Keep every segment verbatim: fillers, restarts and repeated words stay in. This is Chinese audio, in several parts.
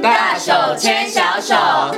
大手牵小手。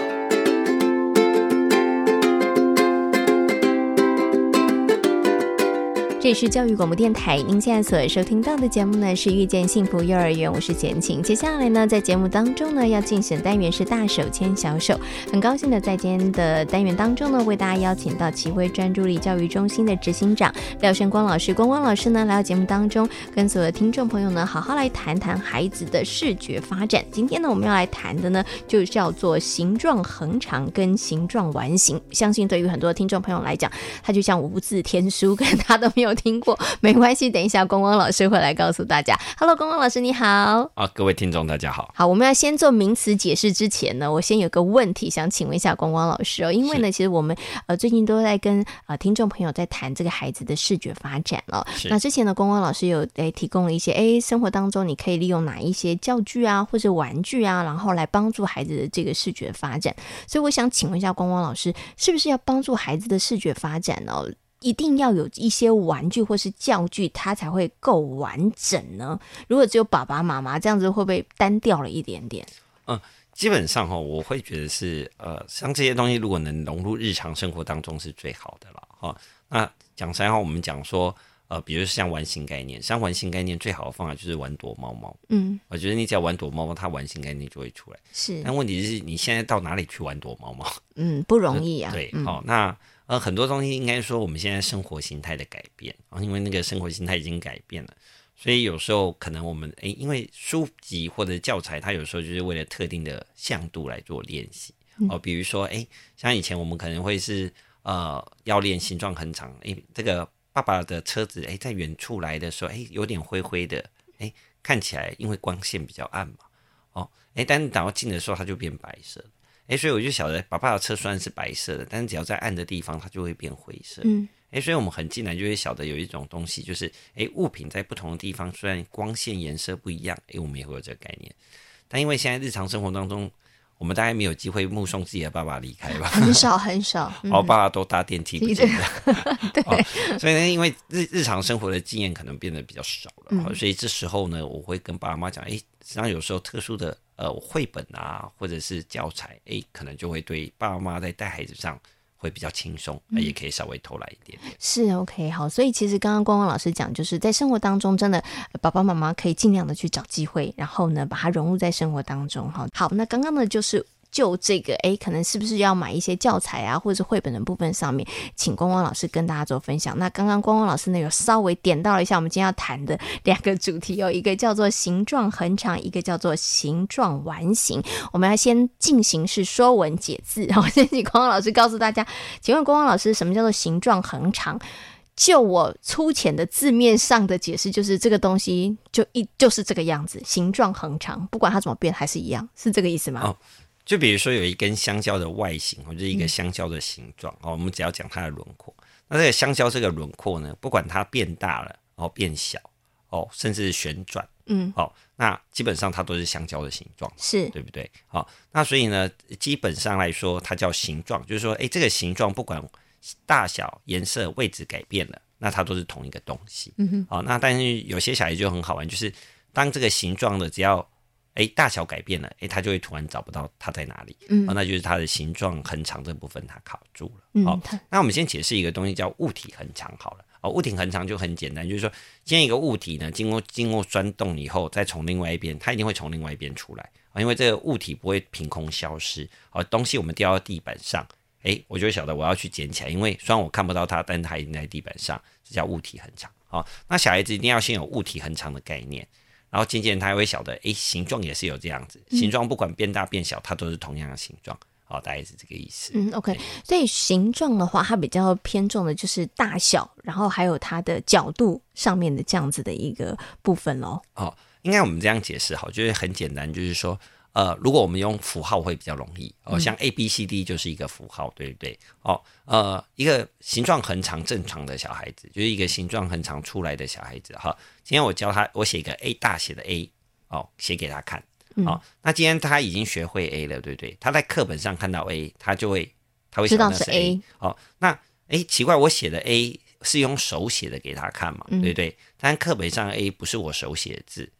这里是教育广播电台，您现在所收听到的节目呢是遇见幸福幼儿园，我是简晴。接下来呢，在节目当中呢要进行单元是大手牵小手，很高兴的在今天的单元当中呢，为大家邀请到奇辉专注力教育中心的执行长廖笙光老师。光光老师呢来到节目当中，跟所有的听众朋友呢好好来谈谈孩子的视觉发展。今天呢我们要来谈的呢就叫做形状横长跟形状完形。相信对于很多听众朋友来讲，它就像无字天书，跟他都没有听过，没关系，等一下光光老师会来告诉大家。 Hello 光光老师你好。 啊，各位听众大家好。 好，我们要先做名词解释之前呢，我先有个问题想请问一下光光老师哦，因为呢其实我们呃最近都在跟呃听众朋友在谈这个孩子的视觉发展哦。那之前呢光光老师有诶提供了一些诶生活当中你可以利用哪一些教具啊或者玩具啊，然后来帮助孩子的这个视觉发展。所以我想请问一下光光老师，是不是要帮助孩子的视觉发展哦，一定要有一些玩具或是教具它才会够完整呢？如果只有爸爸妈妈这样子，会不会单调了一点点？ 嗯，基本上、哦、我会觉得是呃，像这些东西如果能融入日常生活当中是最好的了、哦、那讲实话我们讲说呃，比如像完形概念，像完形概念最好的方法就是玩躲猫猫。嗯，我觉得你只要玩躲猫猫，它完形概念就会出来。是，但问题是你现在到哪里去玩躲猫猫？嗯， 不容易啊。 对， 嗯、 好、哦，那呃很多东西应该说我们现在生活形态的改变，因为那个生活形态已经改变了，所以有时候可能我们诶，因为书籍或者教材，它有时候就是为了特定的向度来做练习。哦，比如说诶，像以前我们可能会是呃要练形状横长，诶，这个爸爸的车子诶在远处来的时候，诶有点灰灰的，诶看起来因为光线比较暗嘛，哦，诶但是等到近的时候它就变白色了。欸、所以我就晓得爸爸的车虽然是白色的，但是只要在暗的地方它就会变灰色。嗯，欸、所以我们很自然就会晓得有一种东西就是、欸、物品在不同的地方虽然光线颜色不一样、欸、我们也会有这个概念，但因为现在日常生活当中我们大概没有机会目送自己的爸爸离开吧， 很少很少， 嗯、哦，爸爸都搭电梯不见了对、哦，所以呢因为 日, 日常生活的经验可能变得比较少了、嗯、所以这时候呢我会跟爸妈讲，欸，实际上有时候特殊的呃，绘本啊，或者是教材，哎，可能就会对爸爸妈妈在带孩子上会比较轻松、嗯，也可以稍微偷懒一点点。 是 OK 好，所以其实刚刚光光老师讲，就是在生活当中，真的爸爸妈妈可以尽量的去找机会，然后呢，把它融入在生活当中。好，好，那刚刚呢就是。就这个诶可能是不是要买一些教材啊或者是绘本的部分上面，请光光老师跟大家做分享。那刚刚光光老师呢有稍微点到了一下我们今天要谈的两个主题哦，一个叫做形状横长，一个叫做形状完形。我们要先进行是说文解字，好，先请光光老师告诉大家，请问光光老师什么叫做形状横长？就我粗浅的字面上的解释，就是这个东西就一就是这个样子，形状横长，不管它怎么变还是一样，是这个意思吗？ 哦，就比如说有一根香蕉的外形，或者一个香蕉的形状、嗯哦、我们只要讲它的轮廓，那这个香蕉这个轮廓呢，不管它变大了、哦、变小、哦、甚至是旋转，嗯，哦，那基本上它都是香蕉的形状，是对不对？好、哦，那所以呢，基本上来说它叫形状，就是说，哎，这个形状不管大小、颜色、位置改变了，那它都是同一个东西。嗯哼，好、哦，那但是有些小孩就很好玩，就是当这个形状的只要哎，大小改变了，哎，他就会突然找不到它在哪里，嗯，哦、那就是它的形状横长这部分它卡住了。嗯，好、哦，那我们先解释一个东西叫物体横长好了。哦，物体横长就很简单，就是说，今天一个物体呢，经过经过钻洞以后，再从另外一边，它一定会从另外一边出来啊、哦，因为这个物体不会凭空消失。哦，东西我们掉到地板上，哎，我就会晓得我要去捡起来，因为虽然我看不到它，但它已经在地板上，这叫物体横长。好、哦，那小孩子一定要先有物体横长的概念。然后渐渐他会晓得，哎，形状也是有这样子，形状不管变大变小，它都是同样的形状，好、哦，大概是这个意思。 嗯 ，OK， 所以形状的话，它比较偏重的就是大小，然后还有它的角度上面的这样子的一个部分咯。 哦，应该我们这样解释好，就是很简单，就是说，呃，如果我们用符号会比较容易哦，像 A B C D 就是一个符号，对不对？哦，呃，一个形状横长正常的小孩子，就是一个形状横长出来的小孩子哈。今天我教他，我写一个 A 大写的 A 哦，写给他看。哦，那今天他已经学会 A 了，对不对？他在课本上看到 A， 他就会他会想到是 A。哦，那哎，奇怪，我写的 A 是用手写的给他看嘛，嗯、对不对？但课本上 A 不是我手写的字，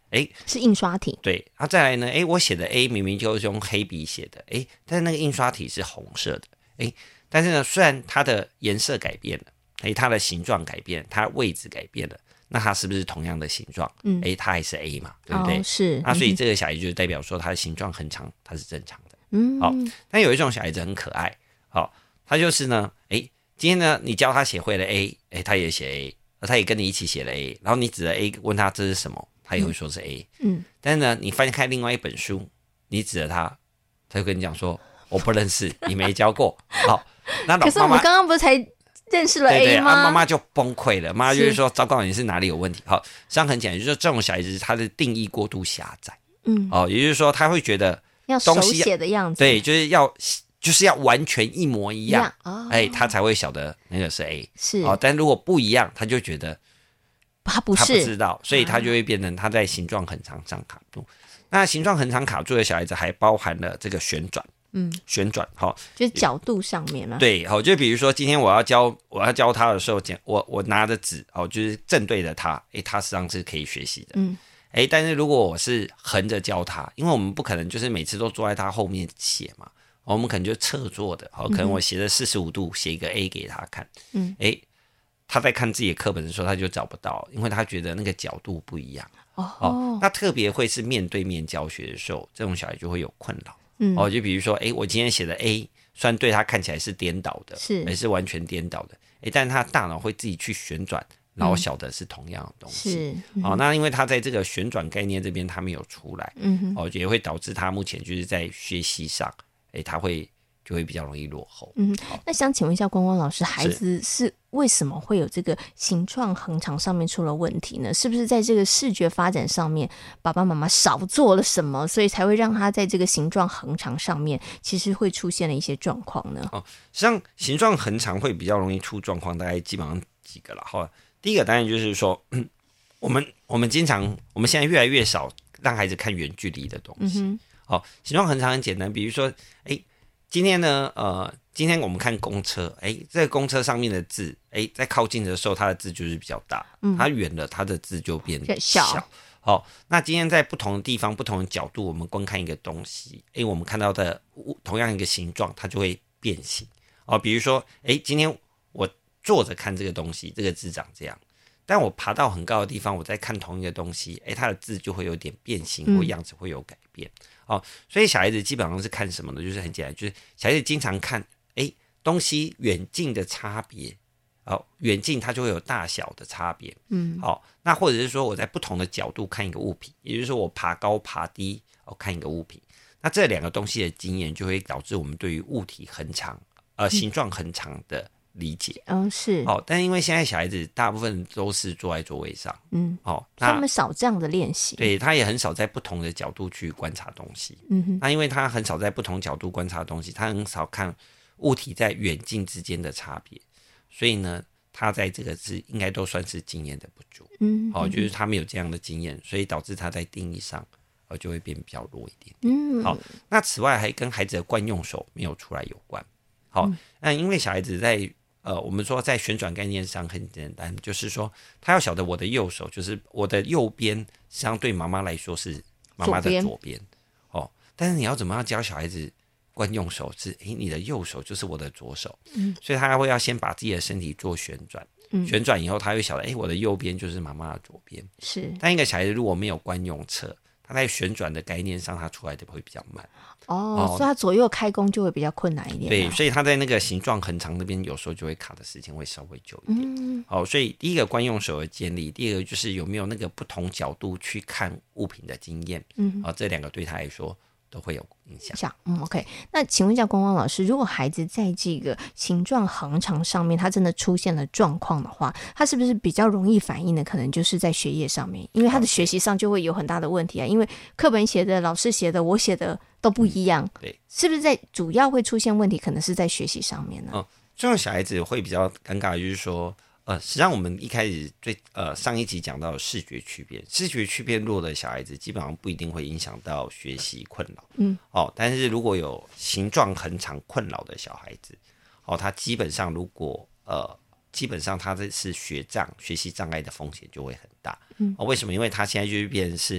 哎， 是印刷体。 对，然后再来呢，哎，我写的 A 明明就是用黑笔写的，哎，但是那个印刷体是红色的，哎，但是呢，虽然它的颜色改变了，哎，它的形状改变，它的位置改变了，那它是不是同样的形状？嗯，哎，它还是 A 嘛，对不对？ 哦、是。 那所以这个小孩就代表说它的形状很长，它是正常的。 嗯， 好，但有一种小孩子很可爱，好，他就是呢，哎，今天呢，你教他写会了 A， 哎，他也写 A， 他也跟你一起写了 A， 然后你指着 A 问他这是什么，他也会说是 A， 嗯，但是呢，你翻开另外一本书，你指着他，他就跟你讲说我不认识，你没教过，好，那老妈妈， 可是我们刚刚不是才认识了 A 吗？ 对对，啊，妈妈就崩溃了，妈妈就是说，糟糕，你是哪里有问题？好，实际上很简单，就是说这种小孩子他的定义过度狭窄，嗯，哦，也就是说他会觉得要手写的样子， 对，就是要就是要完全一模一样，哎、 哦欸，他才会晓得那个是 A， 是哦，但如果不一样，他就觉得他不是， 他不知道，所以他就会变成他在形状横长上卡住。那形状横长卡住的小孩子还包含了这个旋转，嗯，旋转，好、哦， 就是角度上面嘛。 对，好、哦，就比如说今天我要教我要教他的时候，我我拿着纸，哦，就是正对着他，哎，他实际上是可以学习的，嗯。哎，但是如果我是横着教他，因为我们不可能就是每次都坐在他后面写嘛，我们可能就侧坐的，好，可能我斜着四十五度写一个 A 给他看，嗯，哎，他在看自己的课本的时候他就找不到，因为他觉得那个角度不一样，哦，哦那特别会是面对面教学的时候，这种小孩就会有困扰，嗯，哦，就比如说，哎，我今天写的 A， 虽然对他看起来是颠倒的， 是， 也是完全颠倒的，哎，但是他大脑会自己去旋转。然后晓得是同样的东西，是、嗯哦，那因为他在这个旋转概念这边他没有出来，嗯哦，也会导致他目前就是在学习上，哎，他会就会比较容易落后。 嗯，那想请问一下光光老师，孩子是为什么会有这个形状横长上面出了问题呢？是不是在这个视觉发展上面，爸爸妈妈少做了什么，所以才会让他在这个形状横长上面，其实会出现了一些状况呢？ 哦，实际上形状横长会比较容易出状况，大概基本上几个了哈。第一个当然就是说，嗯、我们我们经常我们现在越来越少让孩子看远距离的东西。嗯、哦，形状横长很简单，比如说，哎，今天呢，呃，今天我们看公车，哎，这个公车上面的字，哎，在靠近的时候，它的字就是比较大，嗯、它远了，它的字就变小。好、哦，那今天在不同的地方、不同的角度，我们观看一个东西，哎，我们看到的同样一个形状，它就会变形。哦，比如说，哎，今天我坐着看这个东西，这个字长这样，但我爬到很高的地方，我再看同一个东西，哎，它的字就会有点变形或样子会有改变、嗯、哦。所以小孩子基本上是看什么呢？就是很简单，就是小孩子经常看，哎，东西远近的差别，哦，远近它就会有大小的差别，嗯，好、哦，那或者是说我在不同的角度看一个物品，也就是说我爬高爬低，哦，看一个物品，那这两个东西的经验就会导致我们对于物体横长，呃，形状横长的理解， 嗯、哦，是， 哦，但因为现在小孩子大部分都是坐在座位上，嗯，哦， 他们少这样的练习， 对，他也很少在不同的角度去观察东西，嗯哼，那因为他很少在不同角度观察东西，他很少看物体在远近之间的差别，所以呢，他在这个是应该都算是经验的不足，嗯，哦，就是他没有这样的经验，所以导致他在定义上，呃，就会变比较弱一点点，嗯，好，那此外还跟孩子的惯用手没有出来有关，好，嗯、那因为小孩子在呃，我们说在旋转概念上很简单，就是说他要晓得我的右手，就是我的右边，相对妈妈来说是妈妈的左边哦。但是你要怎么样教小孩子惯用手是，诶，你的右手就是我的左手，嗯，所以他会要先把自己的身体做旋转，嗯，旋转以后他会晓得，诶，我的右边就是妈妈的左边， 是。 但一个小孩子如果没有惯用侧，他在旋转的概念上，他出来的会比较慢。 哦，哦所以他左右开弓就会比较困难一点、啊。 对，所以他在那个形状横长那边，有时候就会卡的时间会稍微久一点。嗯，好、哦，所以第一个惯用手的建立，第二个就是有没有那个不同角度去看物品的经验。嗯，啊、哦，这两个对他来说都会有影响。 嗯 ，OK。那请问一下光光老师，如果孩子在这个形状横长上面，他真的出现了状况的话，他是不是比较容易反应的？可能就是在学业上面，因为他的学习上就会有很大的问题啊。因为课本写的、老师写的、我写的都不一样， 嗯、对， 是不是在主要会出现问题？可能是在学习上面呢？ 嗯，这种小孩子会比较尴尬，就是说。呃，实际上我们一开始最呃上一集讲到视觉区别，视觉区别弱的小孩子基本上不一定会影响到学习困扰，嗯，哦，但是如果有形状横长困扰的小孩子，哦，他基本上如果呃基本上他这是学障、学习障碍的风险就会很大，嗯，哦，为什么？因为他现在就是变成是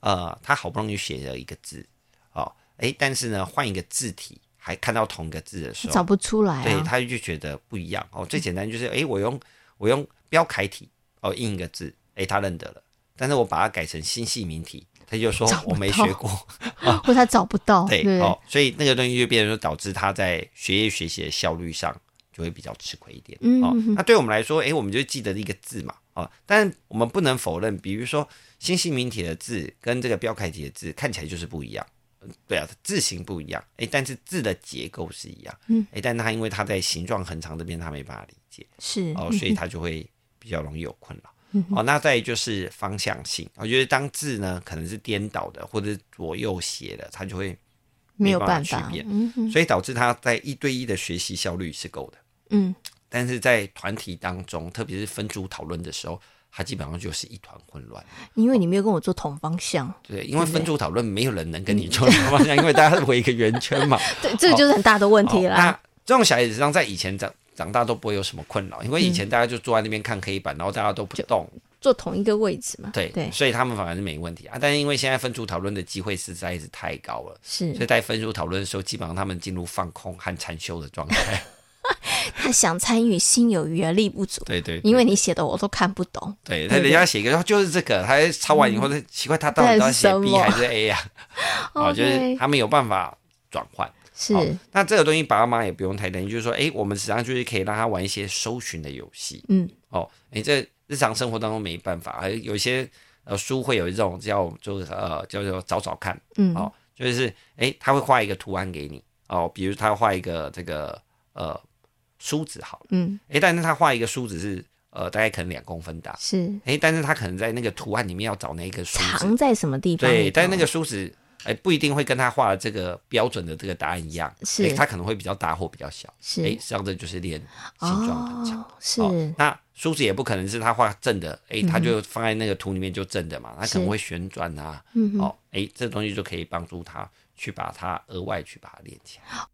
呃，他好不容易写了一个字，哦，哎，但是呢，换一个字体，还看到同一个字的时候， 找不出来、啊， 对，他就觉得不一样哦。最简单就是，哎，我用我用标楷体哦印一个字，哎，他认得了，但是我把它改成新细明体，他就说我没学过， 哦、或他找不到， 对， 对哦，所以那个东西就变成说，导致他在学业学习的效率上就会比较吃亏一点。 嗯哦，那对我们来说，哎，我们就记得一个字嘛，哦，但我们不能否认，比如说新细明体的字跟这个标楷体的字看起来就是不一样。对啊，字形不一样，哎，但是字的结构是一样，嗯，哎，但他因为他在形状横长这边他没办法理解， 是哦，所以他就会比较容易有困扰。嗯、哦，那再来就是方向性，我觉得当字呢可能是颠倒的或者是左右斜的，他就会没有办法区别，嗯、所以导致他在一对一的学习效率是够的，嗯，但是在团体当中，特别是分组讨论的时候。它基本上就是一团混乱， 因为你没有跟我做同方向。 对，因为分组讨论没有人能跟你做同方向，因为大家围一个圆圈嘛。 对，这个就是很大的问题啦。 哦、那这种小孩子上在以前长长大都不会有什么困扰，因为以前大家就坐在那边看黑板，然后大家都不动， 坐同一个位置嘛。 对对，所以他们反而是没问题啊。但是因为现在分组讨论的机会实在是太高了，是，所以在分组讨论的时候，基本上他们进入放空和禅修的状态。 他想参与，心有余而力不足。 对 对, 对， 因为你写的我都看不懂。 对，他人家写一个就是这个，他抄完以后，嗯、奇怪他到底要写 B 还是 A 啊？哦，就是他们有办法转换。是、哦，那这个东西爸爸妈妈也不用太担心，就是说，哎，我们实际上就是可以让他玩一些搜寻的游戏。嗯，哦，哎，这日常生活当中没办法，还有一些呃书会有一种叫就是呃叫做找找看，嗯，哦，就是哎他会画一个图案给你，哦，比如他画一个这个呃。梳子好了，嗯，哎，但是他画一个梳子是呃大概可能两公分大，是，哎，但是他可能在那个图案里面要找那个梳子藏在什么地方， 对，但是那个梳子哎不一定会跟他画的这个标准的这个答案一样，是，他可能会比较大或比较小，是，哎，实际上这就是练形状很强，哦、是、哦，那梳子也不可能是他画正的，哎，他就放在那个图里面就正的嘛，他可能会旋转啊，嗯，哦，哎，这东西就可以帮助他去把它额外去把它练起来。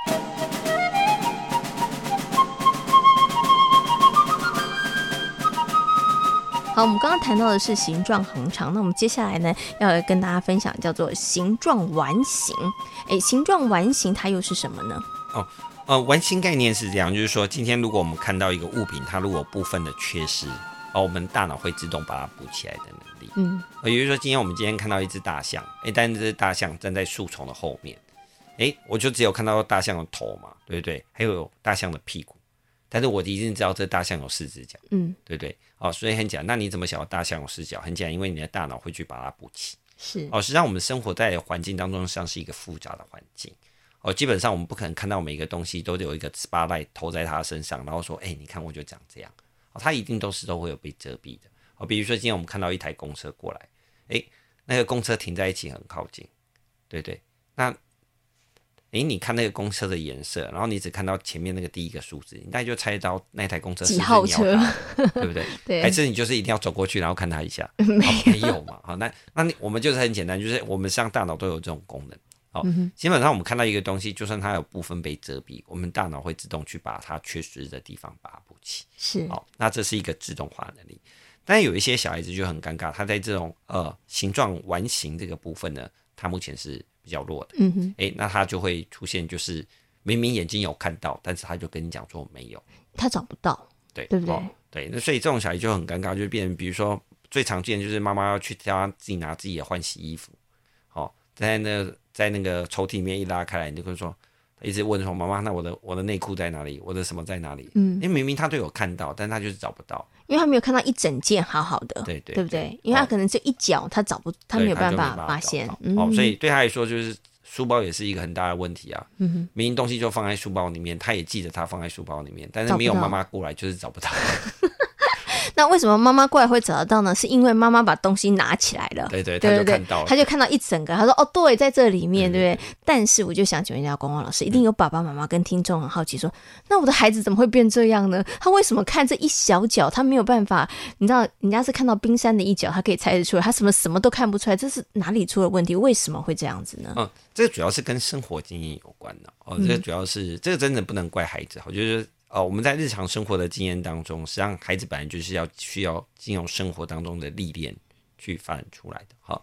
好，我们刚刚谈到的是形状横长，那我们接下来呢要跟大家分享叫做形状完形。哎，形状完形它又是什么呢？ 哦，呃，完形概念是这样，就是说今天如果我们看到一个物品，它如果部分的缺失，哦，我们大脑会自动把它补起来的能力。嗯，比如说今天我们今天看到一只大象，哎，但是这只大象站在树丛的后面，哎，我就只有看到大象的头嘛，对不对？还有大象的屁股。但是我一定知道这大象有四只脚，嗯，对不对？哦，所以很简单。那你怎么晓得大象有四脚？很简单，因为你的大脑会去把它补齐。是哦，实际上我们生活在环境当中，像是一个复杂的环境。哦，基本上我们不可能看到每一个东西都有一个 spotlight 投在它身上，然后说，哎，你看我就长这样。哦，它一定都是都会有被遮蔽的。哦，比如说今天我们看到一台公车过来，哎，那个公车停在一起很靠近，对不对？那诶，你看那个公车的颜色，然后你只看到前面那个第一个数字，你大概就猜到那台公车是不是几号车， 对不对？对，还是你就是一定要走过去，然后看它一下？ 没有， 哦、没有嘛？好，那那你我们就是很简单，就是我们像大脑都有这种功能。好、嗯，基本上我们看到一个东西，就算它有部分被遮蔽，我们大脑会自动去把它缺失的地方把它补齐。是，好，那这是一个自动化能力。但有一些小孩子就很尴尬，他在这种呃形状完形这个部分呢，他目前是比较弱的，嗯哼，哎，那他就会出现就是明明眼睛有看到，但是他就跟你讲说没有， 他找不到， 对对不对？ 哦、对，那所以这种小孩就很尴尬，就变成比如说最常见就是妈妈要去叫他自己拿自己的换洗衣服，好、哦，在那在那个抽屉里面一拉开来，你就会说。一直问说妈妈，那我的我的内裤在哪里？我的什么在哪里？嗯，因为明明他都有看到，但他就是找不到， 因为他没有看到一整件好好的，对对对不对？因为他可能就一角，他找不，他没有办法发现， 嗯、哦，所以对他来说就是书包也是一个很大的问题啊。嗯哼，明明东西就放在书包里面，他也记得他放在书包里面，但是没有妈妈过来就是找不到。 那为什么妈妈过来会找得到呢？是因为妈妈把东西拿起来了， 对对，他就看到了， 他就看到一整个，他说：“哦，对，在这里面，对不对？”但是我就想请问一下光光老师，一定有爸爸妈妈跟听众很好奇说：“那我的孩子怎么会变这样呢？他为什么看这一小角，他没有办法？你知道，人家是看到冰山的一角，他可以猜得出来，他什么什么都看不出来，这是哪里出了问题？为什么会这样子呢？” 嗯，这个主要是跟生活经验有关的哦。这个主要是、嗯、这个真的不能怪孩子，我觉得。哦，我们在日常生活的经验当中，实际上孩子本来就是要需要经由生活当中的历练去发展出来的。好，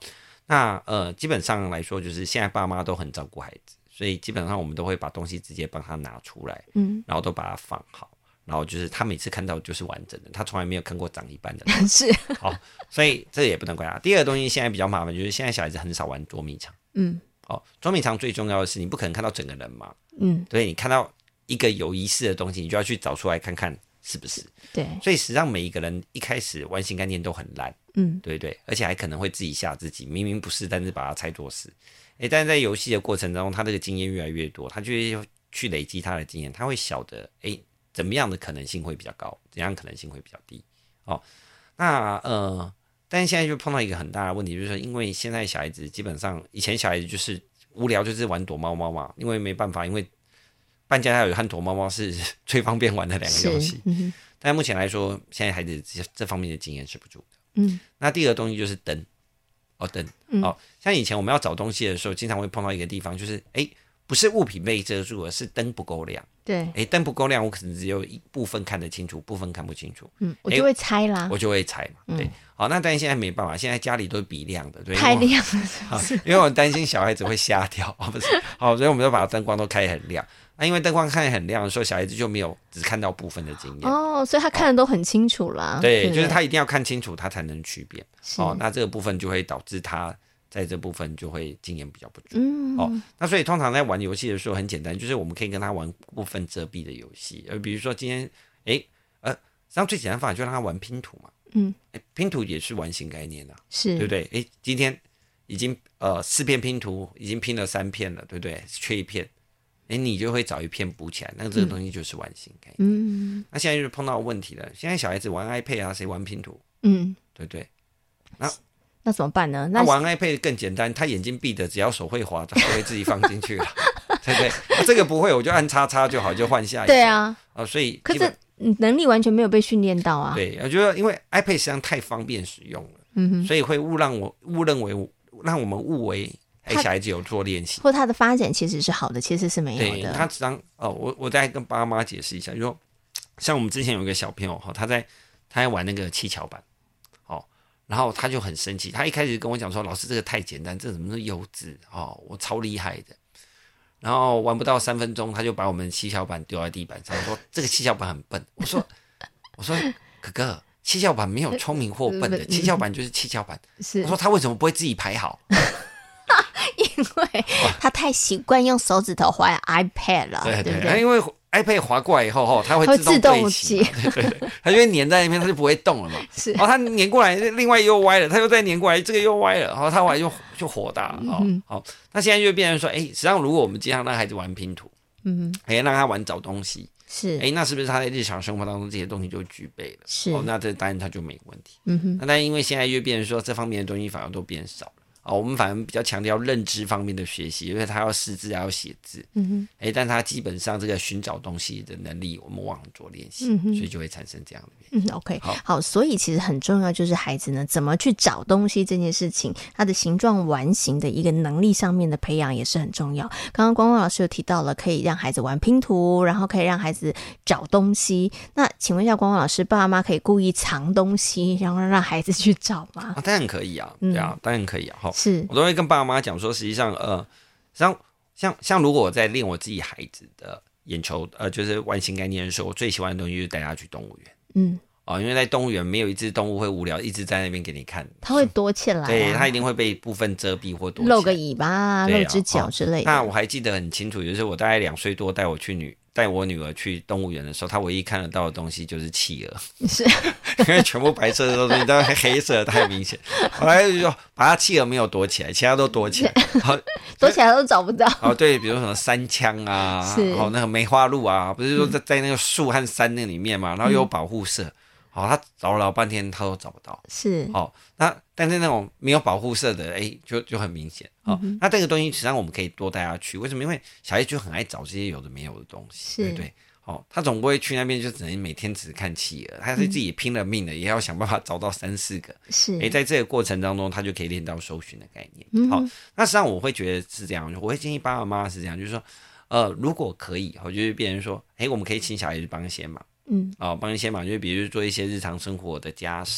那呃，基本上来说，就是现在爸妈都很照顾孩子，所以基本上我们都会把东西直接帮他拿出来，嗯，然后都把它放好，然后就是他每次看到就是完整的，他从来没有看过长一半的是， 好，所以这也不能怪他。第二个东西现在比较麻烦，就是现在小孩子很少玩捉迷藏，嗯，哦，捉迷藏最重要的是你不可能看到整个人嘛，嗯，对，你看到一个有仪式的东西，你就要去找出来看看是不是， 对， 所以实际上每一个人一开始玩新概念都很烂，嗯，对对，而且还可能会自己吓自己，明明不是，但是把它猜作是，哎，但是在游戏的过程中，他这个经验越来越多，他就会去累积他的经验，他会晓得，哎，怎么样的可能性会比较高，怎样可能性会比较低，哦，那呃，但是现在就碰到一个很大的问题，就是说，因为现在小孩子基本上，以前小孩子就是无聊就是玩躲猫猫嘛，因为没办法，因为扮家家酒和躲猫猫是最方便玩的两个游戏，嗯，但目前来说，现在孩子这方面的经验是不足的。嗯，那第二个东西就是灯，哦灯，嗯，哦，像以前我们要找东西的时候，经常会碰到一个地方，就是哎，不是物品被遮住了，是灯不够亮。 对， 哎，灯不够亮，我可能只有一部分看得清楚，部分看不清楚。 嗯，我就会猜啦， 我就会猜嘛。对，好，那但是现在没办法，现在家里都是比亮的，对， 太亮了是不是， 因为我担心小孩子会瞎掉，哦，不是，好，所以我们就把灯光都开得很亮。那、啊、因为灯光看得很亮的时候，小孩子就没有只看到部分的经验哦，所以他看的都很清楚啦。 哦、对，对就是他一定要看清楚，他才能区别。哦，那这个部分就会导致他在这部分就会经验比较不足。嗯，哦，那所以通常在玩游戏的时候很简单，就是我们可以跟他玩部分遮蔽的游戏，呃，比如说今天，哎，呃，实际上最简单的方法就让他玩拼图嘛。嗯，拼图也是完形概念啊， 是对不对？哎，今天已经呃四片拼图已经拼了三片了，对不对？缺一片。哎，你就会找一片补起来，那这个东西就是完形概念。嗯，那现在就是碰到问题了。现在小孩子玩 iPad 啊，谁玩拼图？嗯，对不对？那那怎么办呢？那他玩 iPad 更简单，他眼睛闭着，只要手会滑，他就会自己放进去了，对不对？那这个不会，我就按叉叉就好，就换下一个。 对啊， 啊、呃，所以可是能力完全没有被训练到啊。 对，我觉得因为 iPad 实际上太方便使用了，嗯哼，所以会误让我误认为让我们误为。哎，小孩子有做练习， 或他的发展其实是好的，其实是没有的。 对，他只当哦，我我再跟爸妈解释一下，就说像我们之前有一个小朋友哈，他在他在玩那个七巧板，哦，然后他就很生气，他一开始跟我讲说，老师这个太简单，这怎么是幼稚哦，我超厉害的。然后玩不到三分钟，他就把我们七巧板丢在地板上，说这个七巧板很笨。我说我说哥哥，七巧板没有聪明或笨的，七巧板就是七巧板。是，我说他为什么不会自己排好？ 因为他太习惯用手指头滑 iPad 了， 对对对不对？ 因为 iPad 滑过来以后，它会自动对齐，对对对，它就会粘在那边，它就不会动了嘛。是，然后它粘过来，另外又歪了，它又再粘过来，这个又歪了，然后它后来就就火大了。好、嗯，好，那现在就变成说，哎，实际上如果我们经常让孩子玩拼图，嗯，哎，让他玩找东西。 是， 哎，那是不是他在日常生活当中这些东西就具备了？ 是， 哦，那这当然他就没问题。嗯哼，那但因为现在又变成说这方面的东西反而都变少了。哦，我们反而比较强调认知方面的学习，因为他要识字，还要写字，嗯哼，哎，但他基本上这个寻找东西的能力，我们忘了做练习，嗯、所以就会产生这样的原因。 嗯 ，OK， 好，好，所以其实很重要，就是孩子呢怎么去找东西这件事情，他的形状完形的一个能力上面的培养也是很重要。刚刚光光老师有提到了，可以让孩子玩拼图，然后可以让孩子找东西。那请问一下，光光老师，爸妈可以故意藏东西，然后让孩子去找吗？ 啊，当然可以啊，对啊，嗯、当然可以啊，哈。 是， 我都会跟爸妈讲说，实际上，呃，实际上像像如果我在练我自己孩子的眼球，呃，就是完形概念的时候，我最喜欢的东西就是带他去动物园，嗯，哦，因为在动物园没有一只动物会无聊，一直在那边给你看， 它会躲起来、啊， 对，它一定会被部分遮蔽或躲起来， 露个尾巴、啊，露只脚之类的、 哦。那我还记得很清楚，就是我大概两岁多带我去女。带我女儿去动物园的时候，她唯一看得到的东西就是企鹅， 是， 因为全部白色的东西都黑色的太明显。后来就说，把它企鹅没有躲起来，其他都躲起来， 躲起来都找不到。 哦，对，比如什么山羌啊，哦那个梅花鹿啊，不是说在在那个树和山那里面嘛，然后又有保护色。好、哦，他找了老半天，他都找不到。 是， 好、哦，那但是那种没有保护色的，哎，就就很明显。好、哦嗯，那这个东西实际上我们可以多带他去，为什么？因为小孩就很爱找这些有的没有的东西，对不对？哦，他总不会去那边就只能每天只看企鹅，他是自己拼了命的，嗯、也要想办法找到三四个。 是， 哎，在这个过程当中，他就可以练到搜寻的概念。嗯、好，那实际上我会觉得是这样，我会建议爸爸妈妈是这样，就是说，呃，如果可以，我就是变成说，哎，我们可以请小孩子帮一些忙。嗯，哦，帮一些忙，就比如做一些日常生活的家事，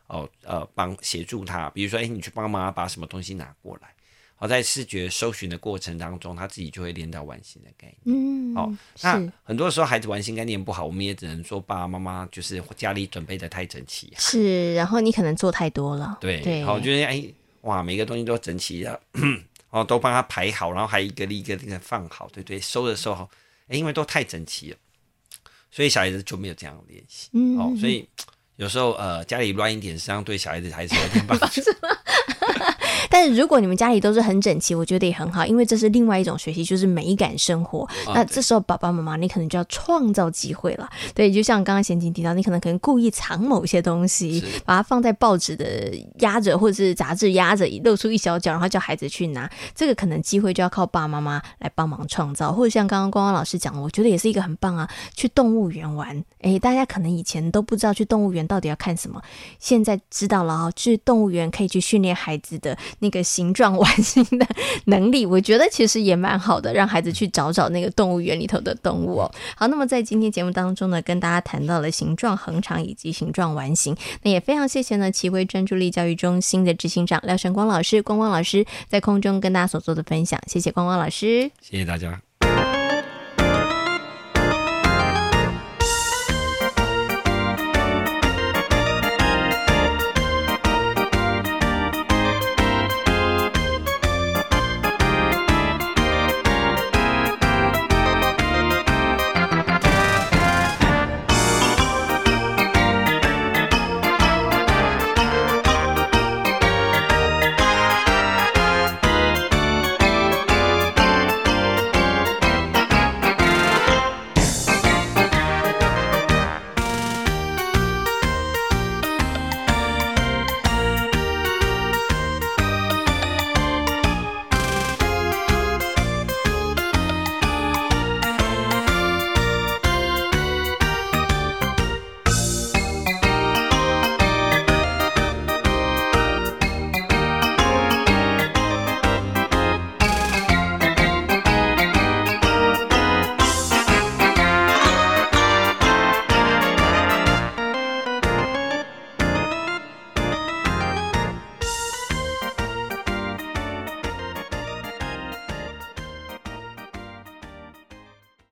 哦呃帮协助他，比如说哎你去帮妈妈把什么东西拿过来。好，在视觉搜寻的过程当中，他自己就会练到完形的概念。 嗯， 好，那很多时候孩子完形概念不好，我们也只能说爸爸妈妈就是家里准备的太整齐、啊， 是，然后你可能做太多了， 对， 对， 好，就是哎哇，每个东西都整齐的，哦，都帮他排好，然后还一个一个一个放好，对对，收的时候，哎，因为都太整齐了，所以小孩子就没有这样练习，嗯，哦，所以有时候呃家里乱一点，实际上对小孩子还是有点帮助。 但是如果你们家里都是很整齐，我觉得也很好，因为这是另外一种学习，就是美感生活、啊、那这时候爸爸妈妈你可能就要创造机会了。对，就像刚刚贤琴提到，你可能可能故意藏某些东西，把它放在报纸的压着或者是杂志压着，露出一小角，然后叫孩子去拿，这个可能机会就要靠爸爸妈妈来帮忙创造。或者像刚刚光光老师讲的，我觉得也是一个很棒啊，去动物园玩。诶，大家可能以前都不知道去动物园到底要看什么，现在知道了哦，去动物园可以去训练孩子的那个形状完形的能力，我觉得其实也蛮好的，让孩子去找找那个动物园里头的动物哦。好，那么在今天节目当中呢，跟大家谈到了形状恒常以及形状完形，那也非常谢谢呢奇威专注力教育中心的执行长廖笙光老师，光光老师在空中跟大家所做的分享，谢谢光光老师， 谢谢大家。